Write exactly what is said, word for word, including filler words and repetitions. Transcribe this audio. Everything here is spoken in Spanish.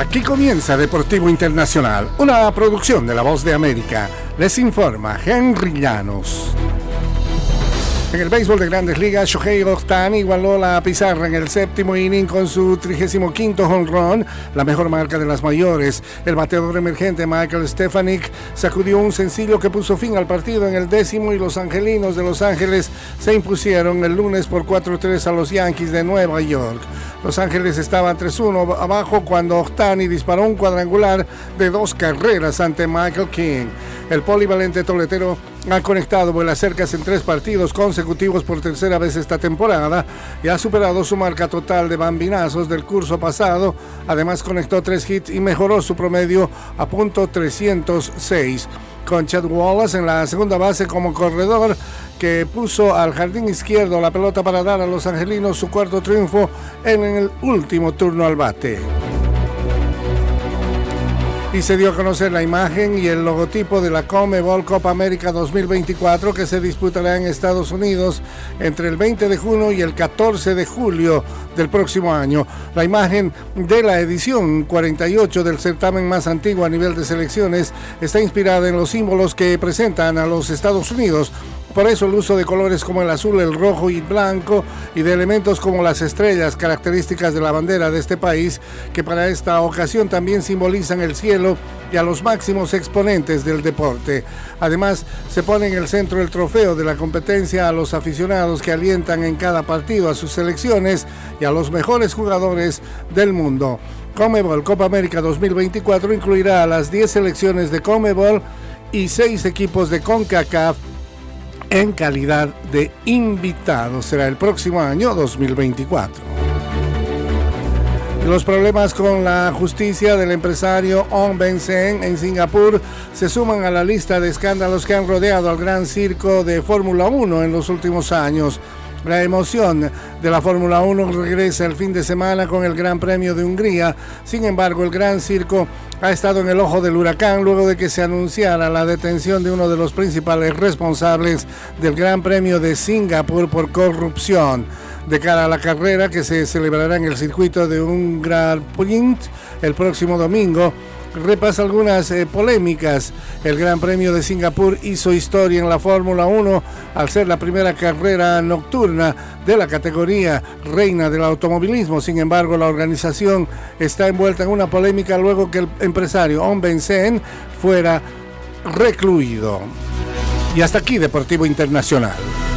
Aquí comienza Deportivo Internacional, una producción de La Voz de América. Les informa Henry Llanos. En el béisbol de Grandes Ligas, Shohei Ohtani igualó la pizarra en el séptimo inning con su trigésimo quinto home run, la mejor marca de las mayores. El bateador emergente Michael Stefanik sacudió un sencillo que puso fin al partido en el décimo y los angelinos de Los Ángeles se impusieron el lunes por cuatro tres a los Yankees de Nueva York. Los Ángeles estaban tres uno abajo cuando Ohtani disparó un cuadrangular de dos carreras ante Michael King. El polivalente toletero ha conectado vuelas cercas en tres partidos consecutivos por tercera vez esta temporada y ha superado su marca total de bambinazos del curso pasado. Además conectó tres hits y mejoró su promedio a punto trescientos seis. Con Chad Wallace en la segunda base como corredor, que puso al jardín izquierdo la pelota para dar a los angelinos su cuarto triunfo en el último turno al bate. Y se dio a conocer la imagen y el logotipo de la CONMEBOL Copa América dos mil veinticuatro, que se disputará en Estados Unidos entre el veinte de junio y el catorce de julio del próximo año. La imagen de la edición cuarenta y ocho del certamen más antiguo a nivel de selecciones está inspirada en los símbolos que presentan a los Estados Unidos. Por eso el uso de colores como el azul, el rojo y blanco, y de elementos como las estrellas, características de la bandera de este país, que para esta ocasión también simbolizan el cielo y a los máximos exponentes del deporte. Además, se pone en el centro el trofeo de la competencia a los aficionados que alientan en cada partido a sus selecciones y a los mejores jugadores del mundo. CONMEBOL Copa América dos mil veinticuatro incluirá a las diez selecciones de CONMEBOL y seis equipos de CONCACAF en calidad de invitados. Será el próximo año dos mil veinticuatro. Los problemas con la justicia del empresario Ong Beng Seng en Singapur se suman a la lista de escándalos que han rodeado al gran circo de Fórmula uno en los últimos años. La emoción de la Fórmula uno regresa el fin de semana con el Gran Premio de Hungría. Sin embargo, el Gran Circo ha estado en el ojo del huracán luego de que se anunciara la detención de uno de los principales responsables del Gran Premio de Singapur por corrupción. De cara a la carrera que se celebrará en el circuito de Hungaroring el próximo domingo, repasa algunas eh, polémicas. El Gran Premio de Singapur hizo historia en la Fórmula uno al ser la primera carrera nocturna de la categoría reina del automovilismo. Sin embargo, la organización está envuelta en una polémica luego que el empresario Ong Beng Seng fuera recluido. Y hasta aquí Deportivo Internacional.